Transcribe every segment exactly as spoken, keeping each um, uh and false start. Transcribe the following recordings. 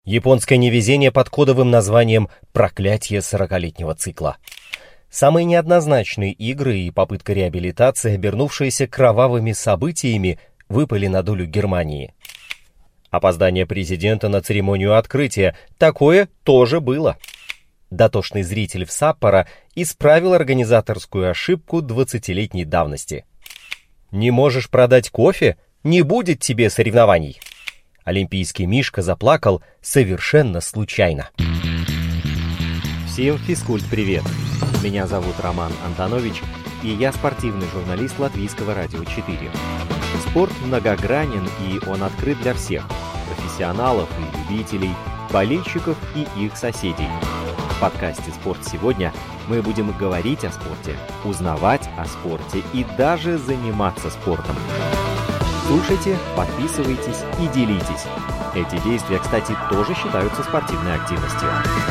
Японское невезение под кодовым названием «Проклятие сорокалетнего цикла». Самые неоднозначные игры и попытка реабилитации, обернувшиеся кровавыми событиями, выпали на долю Германии. Опоздание президента на церемонию открытия. Такое тоже было. Дотошный зритель в Саппоро исправил организаторскую ошибку двадцатилетней давности. Не можешь продать кофе? Не будет тебе соревнований. Олимпийский Мишка заплакал совершенно случайно. Всем физкульт-привет! Меня зовут Роман Антонович, и я спортивный журналист Латвийского радио четыре. Спорт многогранен, и он открыт для всех – профессионалов и любителей, болельщиков и их соседей. В подкасте «Спорт сегодня» мы будем говорить о спорте, узнавать о спорте и даже заниматься спортом. Слушайте, подписывайтесь и делитесь. Эти действия, кстати, тоже считаются спортивной активностью.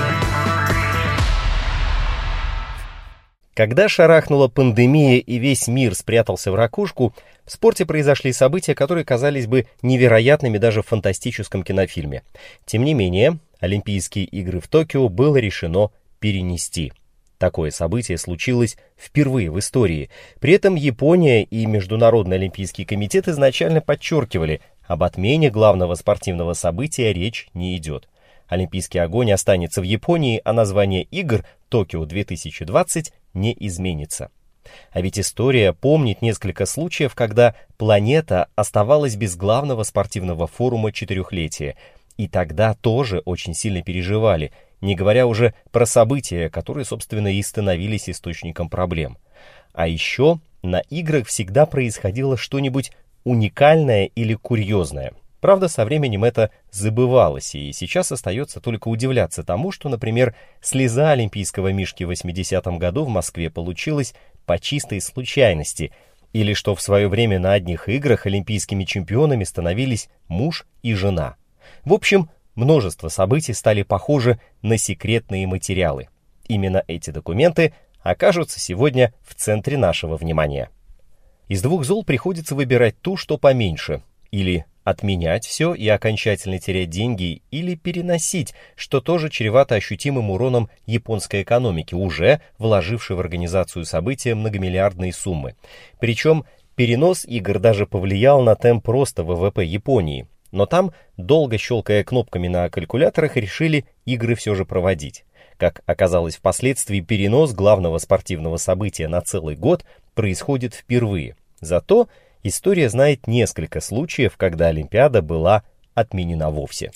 Когда шарахнула пандемия и весь мир спрятался в ракушку, в спорте произошли события, которые казались бы невероятными даже в фантастическом кинофильме. Тем не менее, Олимпийские игры в Токио было решено перенести. Такое событие случилось впервые в истории. При этом Япония и Международный олимпийский комитет изначально подчеркивали, об отмене главного спортивного события речь не идет. Олимпийский огонь останется в Японии, а название игр Токио две тысячи двадцать не изменится. А ведь история помнит несколько случаев, когда планета оставалась без главного спортивного форума четырехлетия. И тогда тоже очень сильно переживали, не говоря уже про события, которые, собственно, и становились источником проблем. А еще на играх всегда происходило что-нибудь уникальное или курьезное. Правда, со временем это забывалось, и сейчас остается только удивляться тому, что, например, слеза олимпийского Мишки в восьмидесятом году в Москве получилась по чистой случайности, или что в свое время на одних играх олимпийскими чемпионами становились муж и жена. В общем, множество событий стали похожи на секретные материалы. Именно эти документы окажутся сегодня в центре нашего внимания. Из двух зол приходится выбирать ту, что поменьше, или отменять все и окончательно терять деньги, или переносить, что тоже чревато ощутимым уроном японской экономики, уже вложившей в организацию события многомиллиардные суммы. Причем перенос игр даже повлиял на темп роста вэ вэ пэ Японии. Но там, долго щелкая кнопками на калькуляторах, решили игры все же проводить. Как оказалось впоследствии, перенос главного спортивного события на целый год происходит впервые. Зато история знает несколько случаев, когда Олимпиада была отменена вовсе.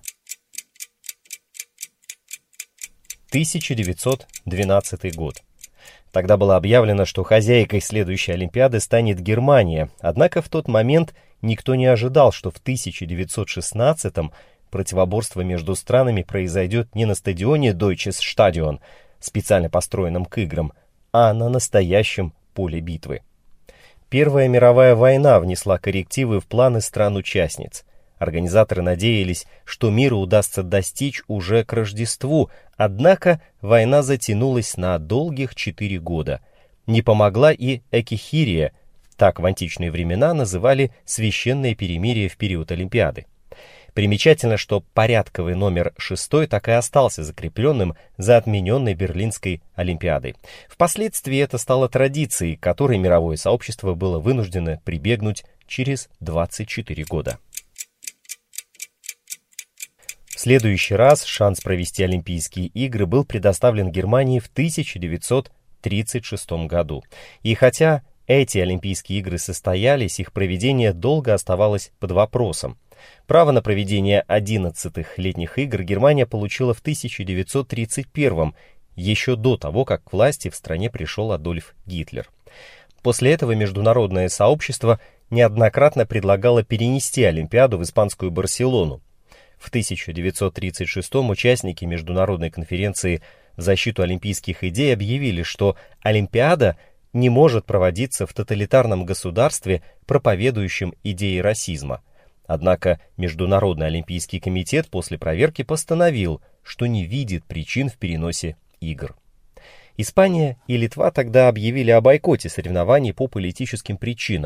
тысяча девятьсот двенадцатый год. Тогда было объявлено, что хозяйкой следующей Олимпиады станет Германия, однако в тот момент никто не ожидал, что в тысяча девятьсот шестнадцатом противоборство между странами произойдет не на стадионе Deutsches Stadion, специально построенном к играм, а на настоящем поле битвы. Первая мировая война внесла коррективы в планы стран-участниц. Организаторы надеялись, что миру удастся достичь уже к Рождеству, однако война затянулась на долгих четыре года. Не помогла и экихирия, так в античные времена называли священное перемирие в период Олимпиады. Примечательно, что порядковый номер шестой так и остался закрепленным за отмененной Берлинской Олимпиадой. Впоследствии это стало традицией, к которой мировое сообщество было вынуждено прибегнуть через двадцать четыре года. В следующий раз шанс провести Олимпийские игры был предоставлен Германии в тысяча девятьсот тридцать шестом году. И хотя эти Олимпийские игры состоялись, их проведение долго оставалось под вопросом. Право на проведение одиннадцатых летних игр Германия получила в тысяча девятьсот тридцать первом, еще до того, как к власти в стране пришел Адольф Гитлер. После этого международное сообщество неоднократно предлагало перенести Олимпиаду в испанскую Барселону. В тысяча девятьсот тридцать шестом участники международной конференции в защиту олимпийских идей объявили, что Олимпиада не может проводиться в тоталитарном государстве, проповедующем идеи расизма. Однако Международный олимпийский комитет после проверки постановил, что не видит причин в переносе игр. Испания и Литва тогда объявили о бойкоте соревнований по политическим причинам.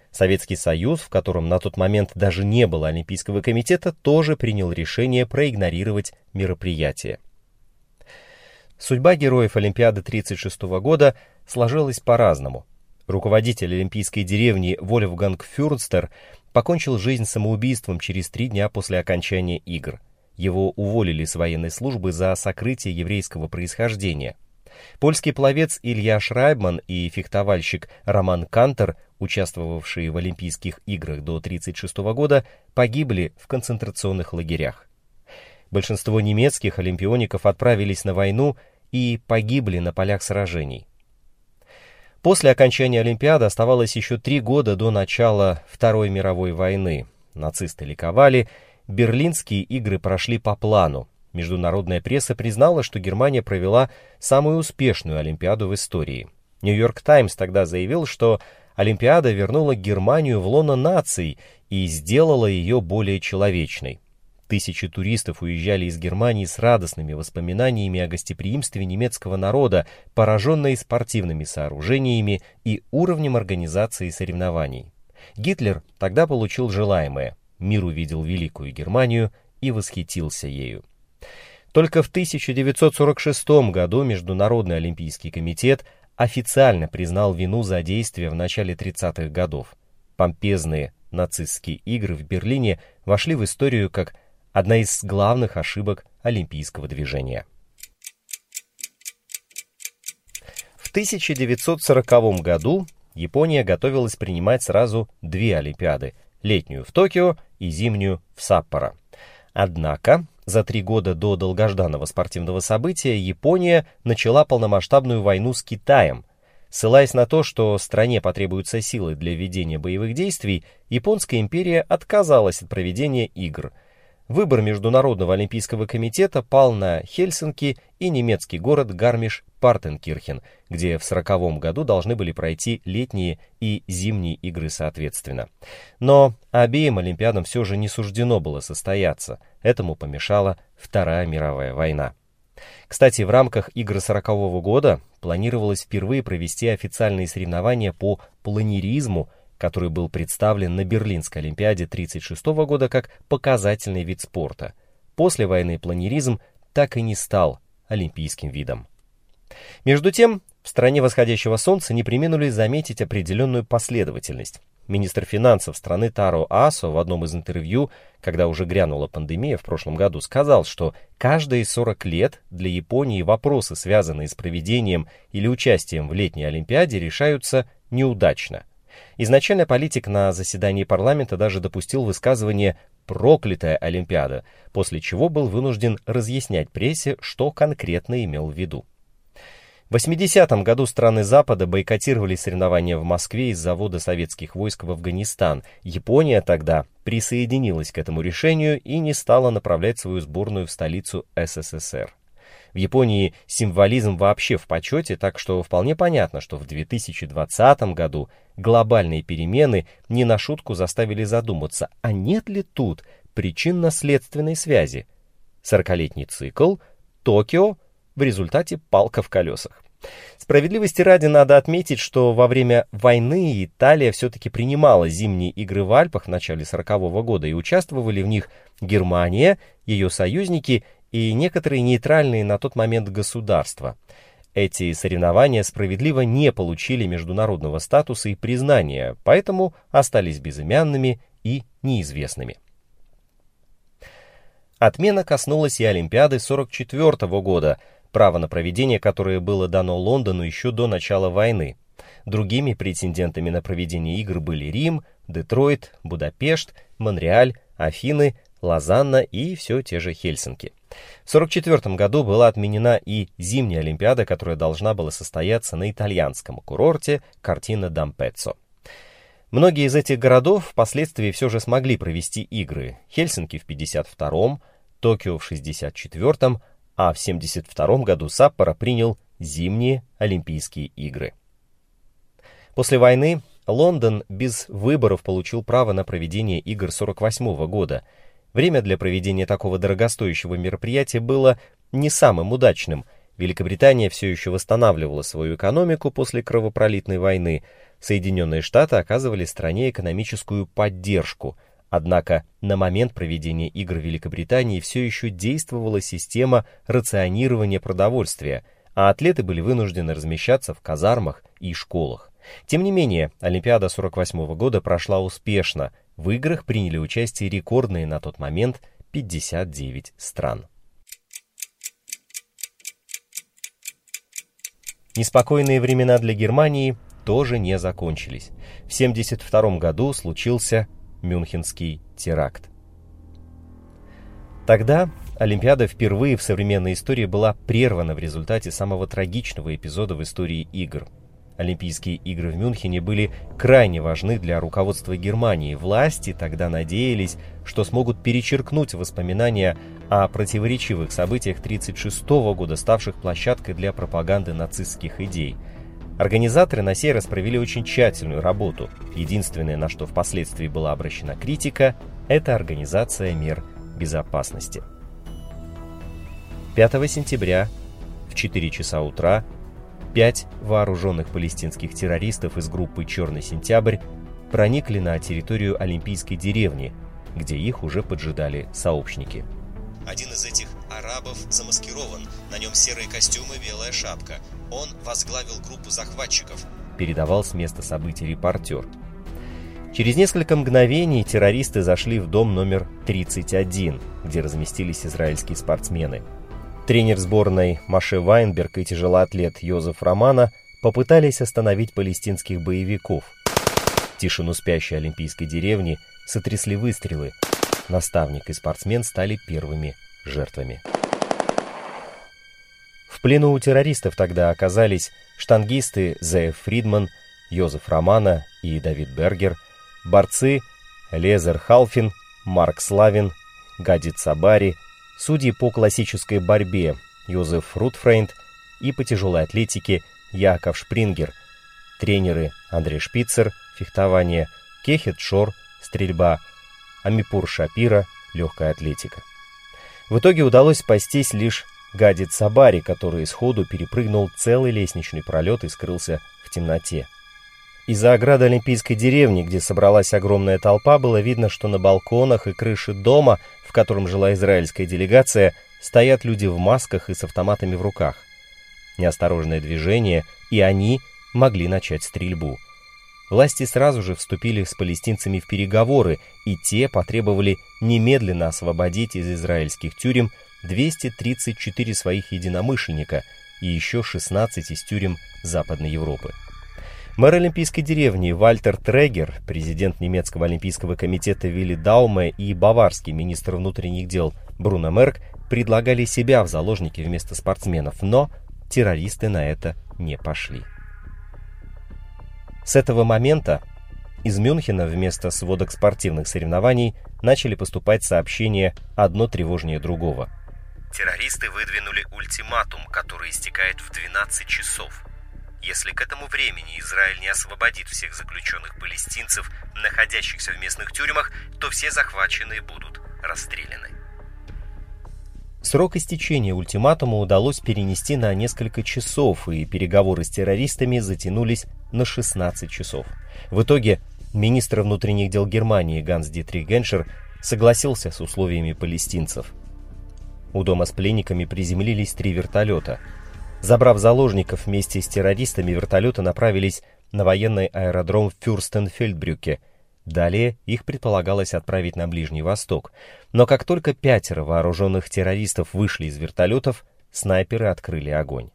Советский Союз, в котором на тот момент даже не было Олимпийского комитета, тоже принял решение проигнорировать мероприятие. Судьба героев Олимпиады тысяча девятьсот тридцать шестого года сложилась по-разному. Руководитель олимпийской деревни Вольфганг Фюрстер покончил жизнь самоубийством через три дня после окончания игр. Его уволили с военной службы за сокрытие еврейского происхождения. Польский пловец Илья Шрайбман и фехтовальщик Роман Кантер, участвовавшие в Олимпийских играх до тысяча девятьсот тридцать шестого года, погибли в концентрационных лагерях. Большинство немецких олимпиоников отправились на войну и погибли на полях сражений. После окончания Олимпиады оставалось еще три года до начала Второй мировой войны. Нацисты ликовали, Берлинские игры прошли по плану. Международная пресса признала, что Германия провела самую успешную Олимпиаду в истории. Нью-Йорк Таймс тогда заявил, что Олимпиада вернула Германию в лоно наций и сделала ее более человечной. Тысячи туристов уезжали из Германии с радостными воспоминаниями о гостеприимстве немецкого народа, пораженные спортивными сооружениями и уровнем организации соревнований. Гитлер тогда получил желаемое. Мир увидел Великую Германию и восхитился ею. Только в тысяча девятьсот сорок шестом году Международный олимпийский комитет официально признал вину за действия в начале тридцатых годов. Помпезные нацистские игры в Берлине вошли в историю как одна из главных ошибок олимпийского движения. В тысяча девятьсот сороковом году Япония готовилась принимать сразу две Олимпиады – летнюю в Токио и зимнюю в Саппоро. Однако за три года до долгожданного спортивного события Япония начала полномасштабную войну с Китаем. Ссылаясь на то, что стране потребуются силы для ведения боевых действий, Японская империя отказалась от проведения игр. Выбор Международного олимпийского комитета пал на Хельсинки и немецкий город Гармиш-Партенкирхен, где в сороковом году должны были пройти летние и зимние игры соответственно. Но обеим олимпиадам все же не суждено было состояться. Этому помешала Вторая мировая война. Кстати, в рамках игр сорокового года планировалось впервые провести официальные соревнования по планеризму, который был представлен на Берлинской Олимпиаде тысяча девятьсот тридцать шестого года как показательный вид спорта. После войны планеризм так и не стал олимпийским видом. Между тем, в стране восходящего солнца не преминули заметить определенную последовательность. Министр финансов страны Таро Асо в одном из интервью, когда уже грянула пандемия в прошлом году, сказал, что каждые сорок лет для Японии вопросы, связанные с проведением или участием в летней Олимпиаде, решаются неудачно. Изначально политик на заседании парламента даже допустил высказывание «проклятая Олимпиада», после чего был вынужден разъяснять прессе, что конкретно имел в виду. В восьмидесятом году страны Запада бойкотировали соревнования в Москве из-за ввода советских войск в Афганистан. Япония тогда присоединилась к этому решению и не стала направлять свою сборную в столицу эс эс эс эр. В Японии символизм вообще в почете, так что вполне понятно, что в две тысячи двадцатом году глобальные перемены не на шутку заставили задуматься, а нет ли тут причинно-следственной связи. Сорокалетний цикл, Токио, в результате палка в колесах. Справедливости ради надо отметить, что во время войны Италия все-таки принимала зимние игры в Альпах в начале сорокового года, и участвовали в них Германия, ее союзники и некоторые нейтральные на тот момент государства. Эти соревнования справедливо не получили международного статуса и признания, поэтому остались безымянными и неизвестными. Отмена коснулась и Олимпиады сорок четвёртого года, право на проведение которое было дано Лондону еще до начала войны. Другими претендентами на проведение игр были Рим, Детройт, Будапешт, Монреаль, Афины, Лозанна и все те же Хельсинки. В сорок четвёртом году была отменена и зимняя Олимпиада, которая должна была состояться на итальянском курорте Кортина д'Ампеццо. Многие из этих городов впоследствии все же смогли провести игры. Хельсинки в пятьдесят втором, Токио в шестьдесят четвёртом, а в семьдесят втором году Саппоро принял зимние Олимпийские игры. После войны Лондон без выборов получил право на проведение игр сорок восьмого года. Время для проведения такого дорогостоящего мероприятия было не самым удачным. Великобритания все еще восстанавливала свою экономику после кровопролитной войны. Соединенные Штаты оказывали стране экономическую поддержку. Однако на момент проведения игр в Великобритании все еще действовала система рационирования продовольствия, а атлеты были вынуждены размещаться в казармах и школах. Тем не менее, Олимпиада сорок восьмого года прошла успешно. В играх приняли участие рекордные на тот момент пятьдесят девять стран. Неспокойные времена для Германии тоже не закончились. В тысяча девятьсот семьдесят втором году случился Мюнхенский теракт. Тогда Олимпиада впервые в современной истории была прервана в результате самого трагичного эпизода в истории игр. Олимпийские игры в Мюнхене были крайне важны для руководства Германии. Власти тогда надеялись, что смогут перечеркнуть воспоминания о противоречивых событиях тысяча девятьсот тридцать шестого года, ставших площадкой для пропаганды нацистских идей. Организаторы на сей раз провели очень тщательную работу. Единственное, на что впоследствии была обращена критика, это организация мер безопасности. пятого сентября в четыре часа утра пять вооруженных палестинских террористов из группы «Черный сентябрь» проникли на территорию Олимпийской деревни, где их уже поджидали сообщники. Один из этих арабов замаскирован, на нем серые костюмы, белая шапка. Он возглавил группу захватчиков, передавал с места событий репортер. Через несколько мгновений террористы зашли в дом номер тридцать один, где разместились израильские спортсмены. Тренер сборной Моше Вайнберг и тяжелоатлет Йозеф Романо попытались остановить палестинских боевиков. Тишину спящей олимпийской деревни сотрясли выстрелы. Наставник и спортсмен стали первыми жертвами. В плену у террористов тогда оказались штангисты Зеев Фридман, Йозеф Романо и Давид Бергер, борцы Лезер Халфин, Марк Славин, Гади Цабари, судьи по классической борьбе Йозеф Рутфрейнд и по тяжелой атлетике Яков Шпрингер, тренеры Андрей Шпицер, фехтование, Кехет Шор, стрельба, Амипур Шапира, легкая атлетика. В итоге удалось спастись лишь Гади Цабари, который сходу перепрыгнул целый лестничный пролет и скрылся в темноте. Из-за ограды Олимпийской деревни, где собралась огромная толпа, было видно, что на балконах и крыше дома, в котором жила израильская делегация, стоят люди в масках и с автоматами в руках. Неосторожное движение, и они могли начать стрельбу. Власти сразу же вступили с палестинцами в переговоры, и те потребовали немедленно освободить из израильских тюрем двести тридцать четыре своих единомышленника и еще шестнадцать из тюрем Западной Европы. Мэр Олимпийской деревни Вальтер Трегер, президент немецкого олимпийского комитета Вилли Дауме и баварский министр внутренних дел Бруно Мерк предлагали себя в заложники вместо спортсменов, но террористы на это не пошли. С этого момента из Мюнхена вместо сводок спортивных соревнований начали поступать сообщения одно тревожнее другого. Террористы выдвинули ультиматум, который истекает в двенадцать часов. Если к этому времени Израиль не освободит всех заключенных палестинцев, находящихся в местных тюрьмах, то все захваченные будут расстреляны. Срок истечения ультиматума удалось перенести на несколько часов, и переговоры с террористами затянулись на шестнадцать часов. В итоге министр внутренних дел Германии Ганс-Дитрих Геншер согласился с условиями палестинцев. У дома с пленниками приземлились три вертолета. Забрав заложников вместе с террористами, вертолеты направились на военный аэродром в Фюрстенфельдбрюке. Далее их предполагалось отправить на Ближний Восток. Но как только пятеро вооруженных террористов вышли из вертолетов, снайперы открыли огонь.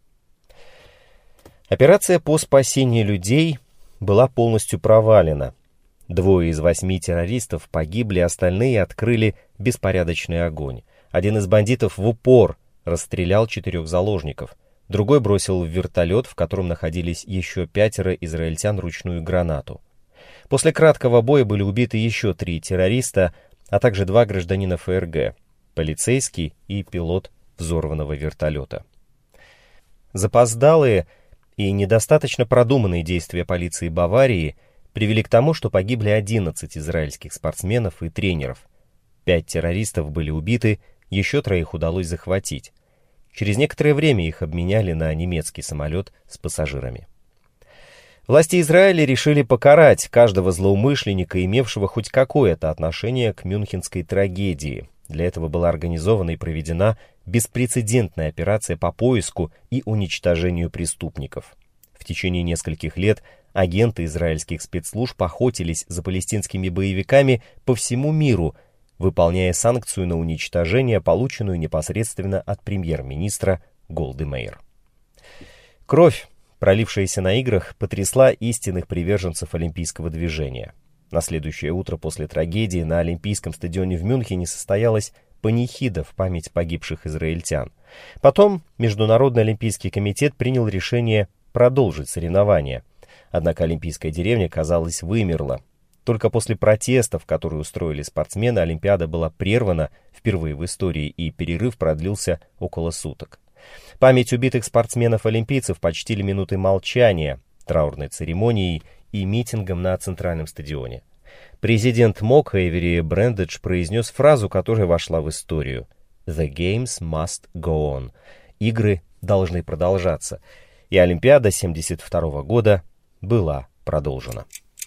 Операция по спасению людей была полностью провалена. Двое из восьми террористов погибли, остальные открыли беспорядочный огонь. Один из бандитов в упор расстрелял четырех заложников. Другой бросил в вертолет, в котором находились еще пятеро израильтян, ручную гранату. После краткого боя были убиты еще три террориста, а также два гражданина ФРГ, полицейский и пилот взорванного вертолета. Запоздалые и недостаточно продуманные действия полиции Баварии привели к тому, что погибли одиннадцать израильских спортсменов и тренеров. Пять террористов были убиты, еще троих удалось захватить. Через некоторое время их обменяли на немецкий самолет с пассажирами. Власти Израиля решили покарать каждого злоумышленника, имевшего хоть какое-то отношение к мюнхенской трагедии. Для этого была организована и проведена беспрецедентная операция по поиску и уничтожению преступников. В течение нескольких лет агенты израильских спецслужб охотились за палестинскими боевиками по всему миру, выполняя санкцию на уничтожение, полученную непосредственно от премьер-министра Голды Меир. Кровь, пролившаяся на играх, потрясла истинных приверженцев олимпийского движения. На следующее утро после трагедии на Олимпийском стадионе в Мюнхене состоялась панихида в память погибших израильтян. Потом Международный олимпийский комитет принял решение продолжить соревнования. Однако олимпийская деревня, казалось, вымерла. Только после протестов, которые устроили спортсмены, Олимпиада была прервана впервые в истории, и перерыв продлился около суток. Память убитых спортсменов-олимпийцев почтили минутой молчания, траурной церемонией и митингом на центральном стадионе. Президент МОК Эйвери Брэндидж произнес фразу, которая вошла в историю: «The games must go on». Игры должны продолжаться. И Олимпиада семьдесят второго года была продолжена.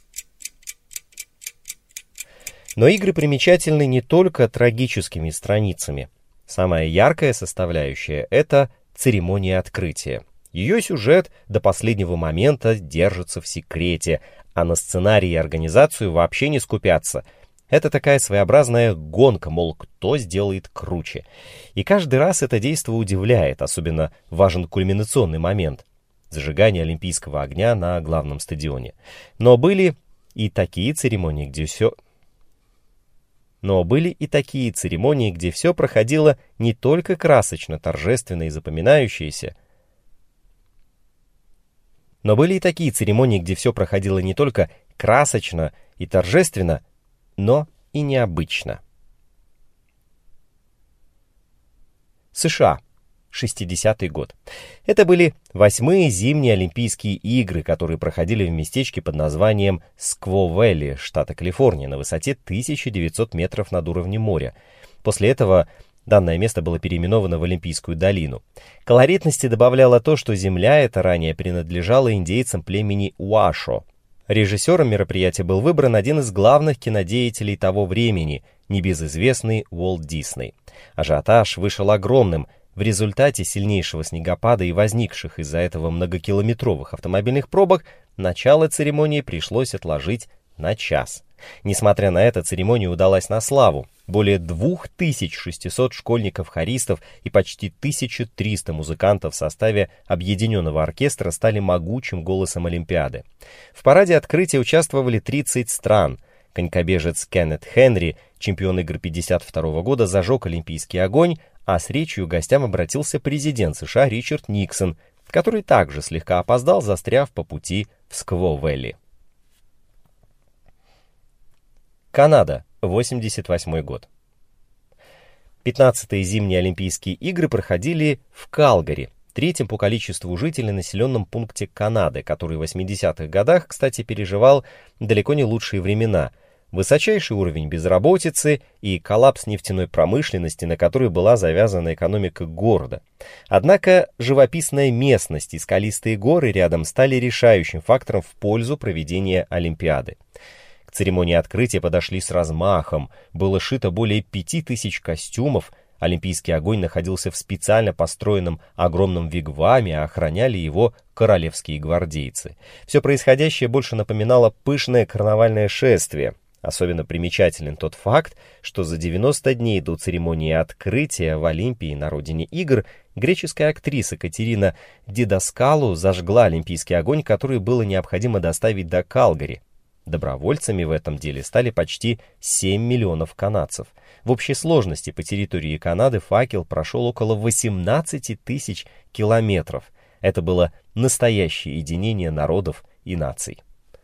Но игры примечательны не только трагическими страницами. Самая яркая составляющая — это церемония открытия. Ее сюжет до последнего момента держится в секрете, а на сценарий и организацию вообще не скупятся. Это такая своеобразная гонка, мол, кто сделает круче. И каждый раз это действо удивляет, особенно важен кульминационный момент — зажигание олимпийского огня на главном стадионе. Но были и такие церемонии, где все... Но были и такие церемонии, где все проходило не только красочно, торжественно и запоминающееся, но были и такие церемонии, где все проходило не только красочно и торжественно, но и необычно. США. шестидесятый год. Это были восьмые зимние Олимпийские игры, которые проходили в местечке под названием Скво-Вэлли, штата Калифорния, на высоте тысяча девятьсот метров над уровнем моря. После этого данное место было переименовано в Олимпийскую долину. Колоритности добавляло то, что земля эта ранее принадлежала индейцам племени Уашо. Режиссером мероприятия был выбран один из главных кинодеятелей того времени, небезызвестный Уолт Дисней. Ажиотаж вышел огромным. В результате сильнейшего снегопада и возникших из-за этого многокилометровых автомобильных пробок начало церемонии пришлось отложить на час. Несмотря на это, церемония удалась на славу. Более две тысячи шестьсот школьников-хористов и почти тысяча триста музыкантов в составе объединенного оркестра стали могучим голосом Олимпиады. В параде открытия участвовали тридцать стран. Конькобежец Кеннет Хенри, чемпион игр пятьдесят второго года, зажег олимпийский огонь, а с речью к гостям обратился президент США Ричард Никсон, который также слегка опоздал, застряв по пути в Скво-Вэлли. Канада, восемьдесят восьмой год. пятнадцатые зимние Олимпийские игры проходили в Калгари, третьем по количеству жителей населенном пункте Канады, который в восьмидесятых годах, кстати, переживал далеко не лучшие времена. Высочайший уровень безработицы и коллапс нефтяной промышленности, на который была завязана экономика города. Однако живописная местность и скалистые горы рядом стали решающим фактором в пользу проведения Олимпиады. К церемонии открытия подошли с размахом, было шито более пяти тысяч костюмов, олимпийский огонь находился в специально построенном огромном вигваме, а охраняли его королевские гвардейцы. Все происходящее больше напоминало пышное карнавальное шествие. Особенно примечателен тот факт, что за девяносто дней до церемонии открытия в Олимпии на родине игр греческая актриса Катерина Дидаскалу зажгла олимпийский огонь, который было необходимо доставить до Калгари. Добровольцами в этом деле стали почти семь миллионов канадцев. В общей сложности по территории Канады факел прошел около восемнадцати тысяч километров. Это было настоящее единение народов и наций.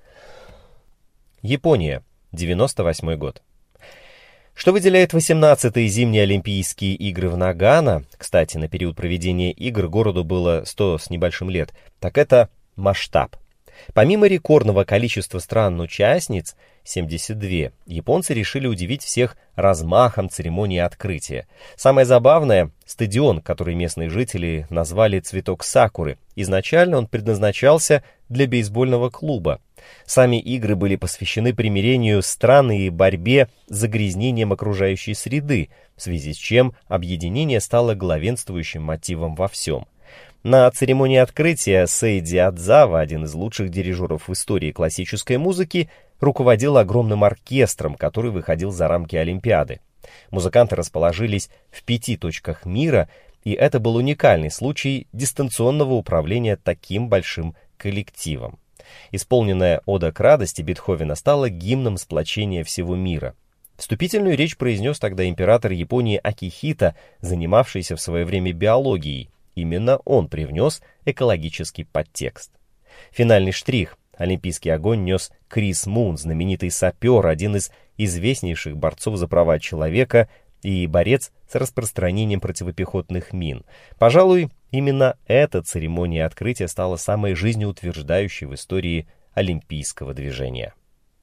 Япония. девяносто восьмой год. Что выделяет восемнадцатые зимние Олимпийские игры в Нагано, кстати, на период проведения игр городу было сто с небольшим лет, так это масштаб. Помимо рекордного количества стран-участниц, семьдесят две, японцы решили удивить всех размахом церемонии открытия. Самое забавное — стадион, который местные жители назвали «Цветок сакуры». Изначально он предназначался для бейсбольного клуба. Сами игры были посвящены примирению стран и борьбе с загрязнением окружающей среды, в связи с чем объединение стало главенствующим мотивом во всем. На церемонии открытия Сейди Адзава, один из лучших дирижеров в истории классической музыки, руководил огромным оркестром, который выходил за рамки Олимпиады. Музыканты расположились в пяти точках мира, и это был уникальный случай дистанционного управления таким большим коллективом. Исполненная «Ода к радости» Бетховена стала гимном сплочения всего мира. Вступительную речь произнес тогда император Японии Акихито, занимавшийся в свое время биологией. Именно он привнес экологический подтекст. Финальный штрих. Олимпийский огонь нес Крис Мун, знаменитый сапер, один из известнейших борцов за права человека и борец с распространением противопехотных мин. Пожалуй, именно эта церемония открытия стала самой жизнеутверждающей в истории олимпийского движения.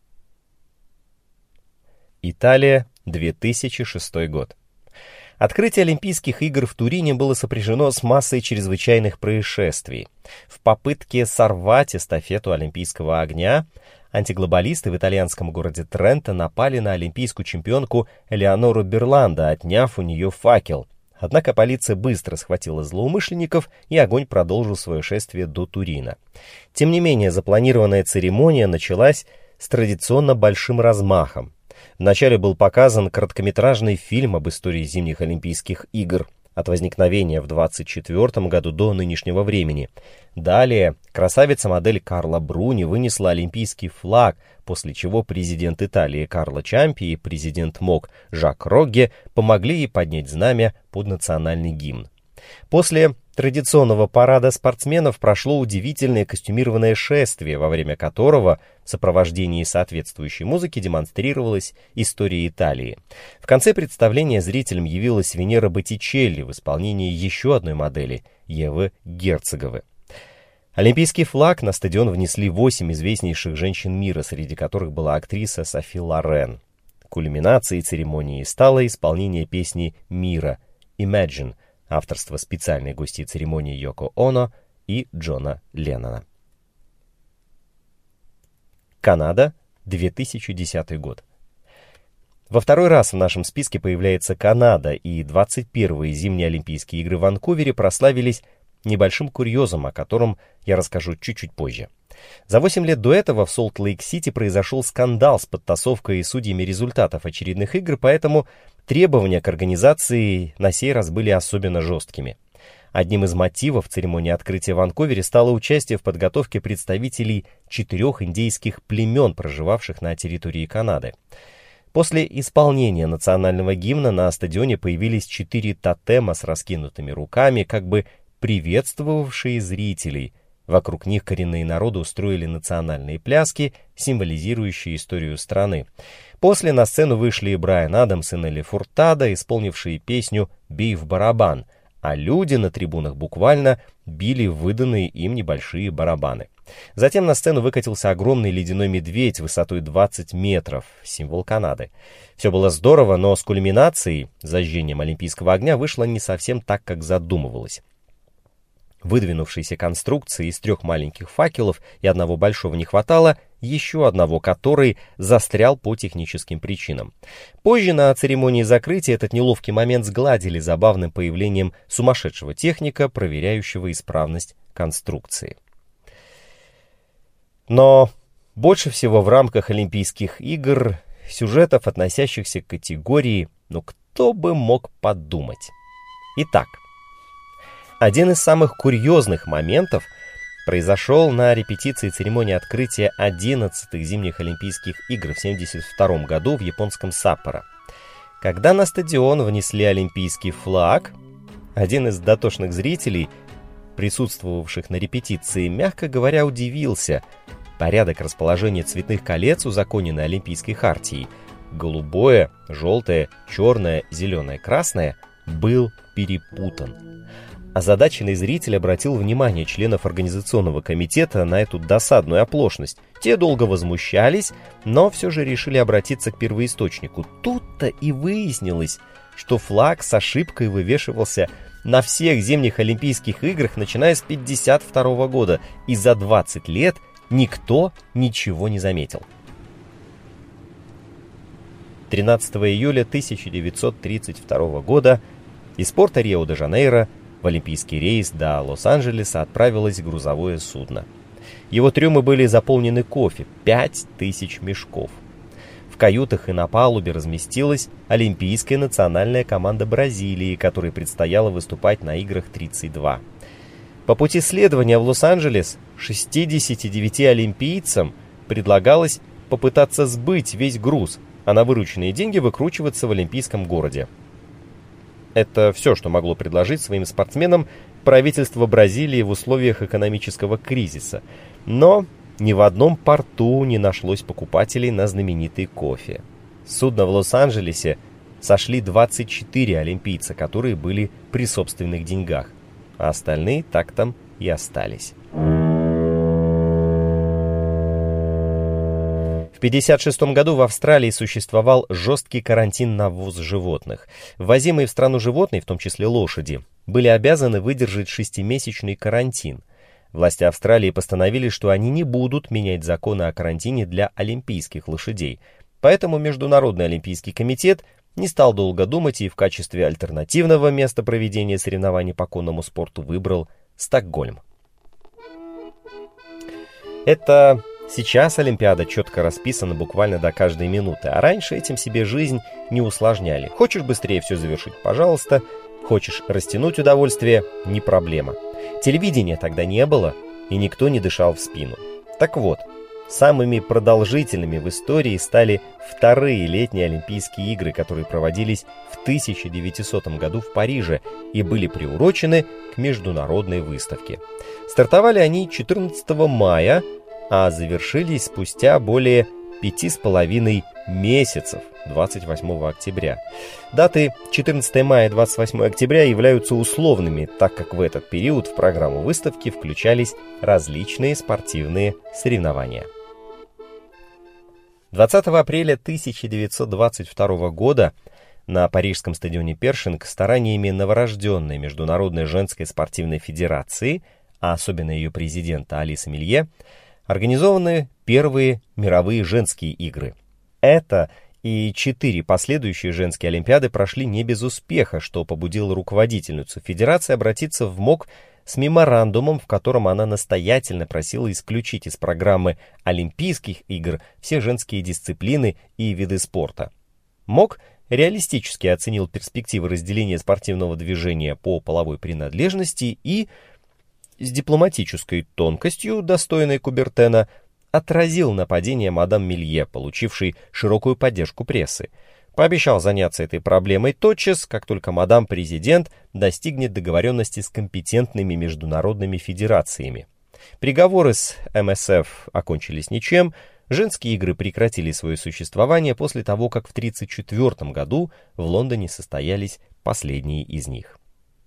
Италия, две тысячи шестой год. Открытие Олимпийских игр в Турине было сопряжено с массой чрезвычайных происшествий. В попытке сорвать эстафету Олимпийского огня антиглобалисты в итальянском городе Тренто напали на олимпийскую чемпионку Элеонору Берландо, отняв у нее факел. Однако полиция быстро схватила злоумышленников, и огонь продолжил свое шествие до Турина. Тем не менее, запланированная церемония началась с традиционно большим размахом. Вначале был показан короткометражный фильм об истории зимних Олимпийских игр от возникновения в двадцать четвёртом году до нынешнего времени. Далее красавица-модель Карла Бруни вынесла олимпийский флаг, после чего президент Италии Карло Чампи и президент МОК Жак Рогге помогли ей поднять знамя под национальный гимн. После традиционного парада спортсменов прошло удивительное костюмированное шествие, во время которого в сопровождении соответствующей музыки демонстрировалась история Италии. В конце представления зрителям явилась Венера Боттичелли в исполнении еще одной модели — Евы Герцеговой. Олимпийский флаг на стадион внесли восемь известнейших женщин мира, среди которых была актриса Софи Лорен. Кульминацией церемонии стало исполнение песни «Мира» «Imagine», авторство специальной гости церемонии Йоко Оно и Джона Леннона. Канада, две тысячи десятый год. Во второй раз в нашем списке появляется Канада, и двадцать первые зимние Олимпийские игры в Ванкувере прославились небольшим курьезом, о котором я расскажу чуть-чуть позже. За восемь лет до этого в Солт-Лейк-Сити произошел скандал с подтасовкой и судьями результатов очередных игр, поэтому требования к организации на сей раз были особенно жесткими. Одним из мотивов церемонии открытия в Ванкувере стало участие в подготовке представителей четырех индейских племен, проживавших на территории Канады. После исполнения национального гимна на стадионе появились четыре тотема с раскинутыми руками, как бы приветствовавшие зрителей. Вокруг них коренные народы устроили национальные пляски, символизирующие историю страны. После на сцену вышли Брайан Адамс и Нелли Фуртадо, исполнившие песню «Бей в барабан», а люди на трибунах буквально били выданные им небольшие барабаны. Затем на сцену выкатился огромный ледяной медведь высотой двадцать метров, символ Канады. Все было здорово, но с кульминацией, зажжением олимпийского огня, вышло не совсем так, как задумывалось. Выдвинувшейся конструкции из трех маленьких факелов и одного большого не хватало, еще одного, который застрял по техническим причинам. Позже на церемонии закрытия этот неловкий момент сгладили забавным появлением сумасшедшего техника, проверяющего исправность конструкции. Но больше всего в рамках Олимпийских игр сюжетов, относящихся к категории «ну кто бы мог подумать». Итак, один из самых курьезных моментов произошел на репетиции церемонии открытия одиннадцатых зимних Олимпийских игр в семьдесят втором году в японском Саппоро. Когда на стадион внесли олимпийский флаг, один из дотошных зрителей, присутствовавших на репетиции, мягко говоря, удивился. Порядок расположения цветных колец, узаконенный Олимпийской хартией, голубое, желтое, черное, зеленое, красное, был перепутан. Озадаченный зритель обратил внимание членов организационного комитета на эту досадную оплошность. Те долго возмущались, но все же решили обратиться к первоисточнику. Тут-то и выяснилось, что флаг с ошибкой вывешивался на всех зимних Олимпийских играх, начиная с пятьдесят второго года, и за двадцать лет никто ничего не заметил. тринадцатого июля тысяча девятьсот тридцать второго года из порта Рио-де-Жанейро в олимпийский рейс до Лос-Анджелеса отправилось грузовое судно. Его трюмы были заполнены кофе, пять тысяч мешков. В каютах и на палубе разместилась олимпийская национальная команда Бразилии, которой предстояло выступать на играх тридцать два. По пути следования в Лос-Анджелес шестидесяти девяти олимпийцам предлагалось попытаться сбыть весь груз, а на вырученные деньги выкручиваться в олимпийском городе. Это все, что могло предложить своим спортсменам правительство Бразилии в условиях экономического кризиса. Но ни в одном порту не нашлось покупателей на знаменитый кофе. С судна в Лос-Анджелесе сошли двадцать четыре олимпийца, которые были при собственных деньгах, а остальные так там и остались. В тысяча девятьсот пятьдесят шестом году в Австралии существовал жесткий карантин на ввоз животных. Ввозимые в страну животные, в том числе лошади, были обязаны выдержать шестимесячный карантин. Власти Австралии постановили, что они не будут менять законы о карантине для олимпийских лошадей. Поэтому Международный олимпийский комитет не стал долго думать и в качестве альтернативного места проведения соревнований по конному спорту выбрал Стокгольм. Это... Сейчас Олимпиада четко расписана буквально до каждой минуты, а раньше этим себе жизнь не усложняли. Хочешь быстрее все завершить, пожалуйста. Хочешь растянуть удовольствие, не проблема. Телевидения тогда не было, и никто не дышал в спину. Так вот, самыми продолжительными в истории стали вторые летние Олимпийские игры, которые проводились в тысяча девятисотом году в Париже и были приурочены к международной выставке. Стартовали они четырнадцатого мая, а завершились спустя более пяти с половиной месяцев, двадцать восьмого октября. Даты четырнадцатого мая и двадцать восьмого октября являются условными, так как в этот период в программу выставки включались различные спортивные соревнования. двадцатого апреля тысяча девятьсот двадцать второго года на парижском стадионе Першинг стараниями новорожденной Международной женской спортивной федерации, а особенно ее президента Алисы Милье, организованы первые мировые женские игры. Это и четыре последующие женские олимпиады прошли не без успеха, что побудило руководительницу федерации обратиться в МОК с меморандумом, в котором она настоятельно просила исключить из программы Олимпийских игр все женские дисциплины и виды спорта. МОК реалистически оценил перспективы разделения спортивного движения по половой принадлежности и с дипломатической тонкостью, достойной Кубертена, отразил нападение мадам Милье, получившей широкую поддержку прессы. Пообещал заняться этой проблемой тотчас, как только мадам-президент достигнет договоренности с компетентными международными федерациями. Приговоры с эм эс эф окончились ничем, женские игры прекратили свое существование после того, как в тысяча девятьсот тридцать четвёртом году в Лондоне состоялись последние из них.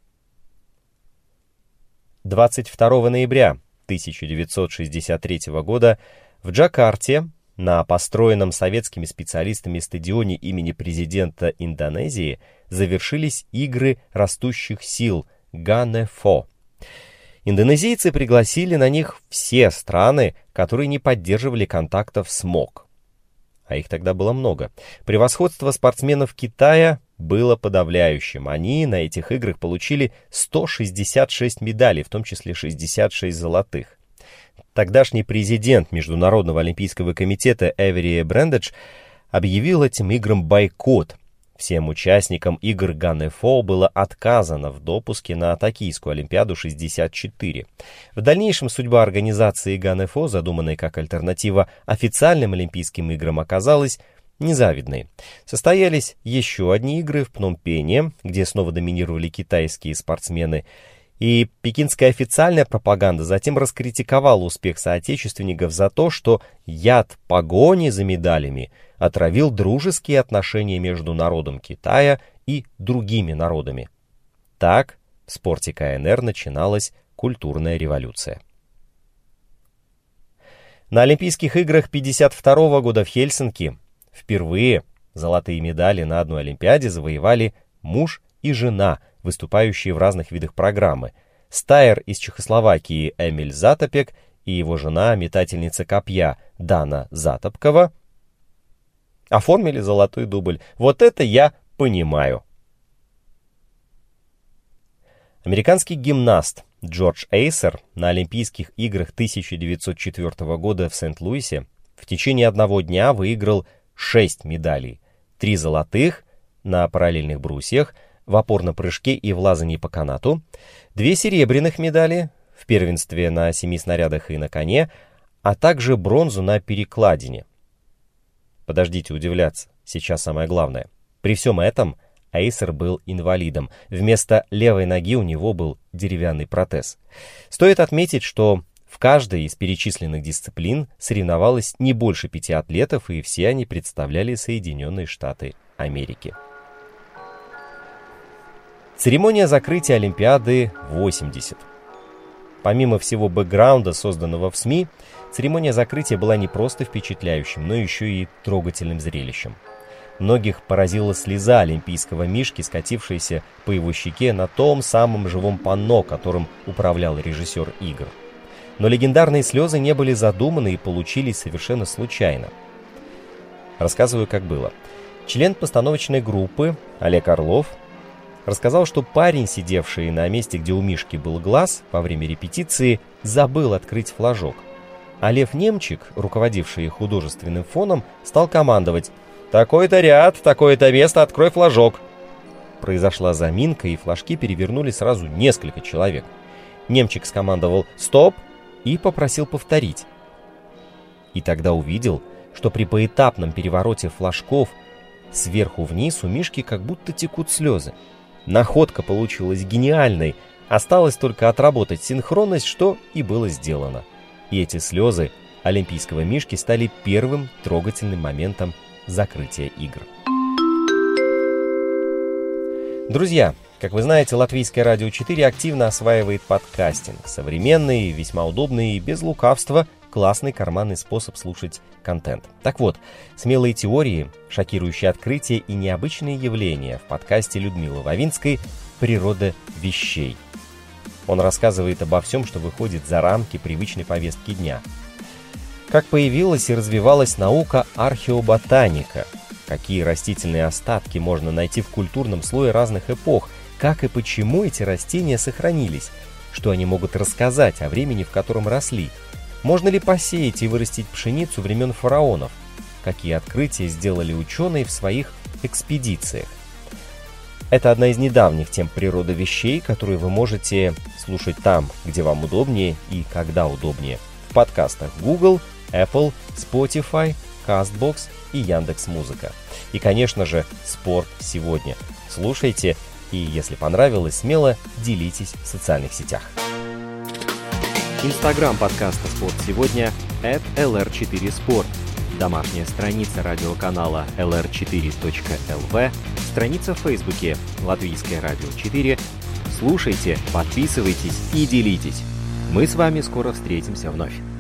двадцать второго ноября тысяча девятьсот шестьдесят третьего года в Джакарте на построенном советскими специалистами стадионе имени президента Индонезии завершились игры растущих сил Ганефо. Индонезийцы пригласили на них все страны, которые не поддерживали контактов с МОК. А их тогда было много. Превосходство спортсменов Китая было подавляющим. Они на этих играх получили сто шестьдесят шесть медалей, в том числе шестьдесят шесть золотых. Тогдашний президент Международного олимпийского комитета Эвери Брендедж объявил этим играм бойкот. Всем участникам игр Ганефо было отказано в допуске на Токийскую Олимпиаду шестьдесят четыре. В дальнейшем судьба организации Ганефо, задуманной как альтернатива официальным Олимпийским играм, оказалась незавидной. Состоялись еще одни игры в Пномпене, где снова доминировали китайские спортсмены, и пекинская официальная пропаганда затем раскритиковала успех соотечественников за то, что яд погони за медалями отравил дружеские отношения между народом Китая и другими народами. Так, в в спорте ка эн эр начиналась культурная революция. На Олимпийских играх тысяча девятьсот пятьдесят второго года в Хельсинки впервые золотые медали на одной Олимпиаде завоевали муж и жена, выступающие в разных видах программы. Стайер из Чехословакии Эмиль Затопек и его жена, метательница копья Дана Затопкова, оформили золотой дубль. Вот это я понимаю. Американский гимнаст Джордж Эйсер на Олимпийских играх тысяча девятьсот четвёртого года в Сент-Луисе в течение одного дня выиграл шесть медалей. Три золотых на параллельных брусьях, в опорном прыжке и в лазании по канату, две серебряных медали в первенстве на семи снарядах и на коне, а также бронзу на перекладине. Подождите удивляться, сейчас самое главное. При всем этом Эйсер был инвалидом. Вместо левой ноги у него был деревянный протез. Стоит отметить, что в каждой из перечисленных дисциплин соревновалось не больше пяти атлетов, и все они представляли Соединенные Штаты Америки. Церемония закрытия Олимпиады восемьдесят. Помимо всего бэкграунда, созданного в СМИ, церемония закрытия была не просто впечатляющим, но еще и трогательным зрелищем. Многих поразила слеза олимпийского мишки, скатившаяся по его щеке на том самом живом панно, которым управлял режиссер игр. Но легендарные слезы не были задуманы и получились совершенно случайно. Рассказываю, как было. Член постановочной группы Олег Орлов рассказал, что парень, сидевший на месте, где у Мишки был глаз, во время репетиции забыл открыть флажок. А Лев Немчик, руководивший художественным фоном, стал командовать: «Такой-то ряд, такое-то место, открой флажок». Произошла заминка, и флажки перевернули сразу несколько человек. Немчик скомандовал «Стоп!» и попросил повторить. И тогда увидел, что при поэтапном перевороте флажков сверху вниз у Мишки как будто текут слезы. Находка получилась гениальной, осталось только отработать синхронность, что и было сделано. И эти слезы олимпийского Мишки стали первым трогательным моментом закрытия игр. Друзья, как вы знаете, Латвийское радио четыре активно осваивает подкастинг. Современный, весьма удобный и без лукавства классный карманный способ слушать контент. Так вот, смелые теории, шокирующие открытия и необычные явления в подкасте Людмилы Вавинской «Природа вещей». Он рассказывает обо всем, что выходит за рамки привычной повестки дня. Как появилась и развивалась наука археоботаника, какие растительные остатки можно найти в культурном слое разных эпох, как и почему эти растения сохранились, что они могут рассказать о времени, в котором росли, можно ли посеять и вырастить пшеницу времен фараонов, какие открытия сделали ученые в своих экспедициях. Это одна из недавних тем «Природа вещей», которую вы можете слушать там, где вам удобнее и когда удобнее, в подкастах Google, Apple, Spotify, CastBox и Яндекс.Музыка. И, конечно же, «Спорт сегодня». Слушайте и, если понравилось, смело делитесь в социальных сетях. Инстаграм подкаста «Спорт сегодня» эт эл эр четыре спорт. Домашняя страница радиоканала эл эр четыре точка эл ви, страница в Фейсбуке «Латвийское радио четыре». Слушайте, подписывайтесь и делитесь. Мы с вами скоро встретимся вновь.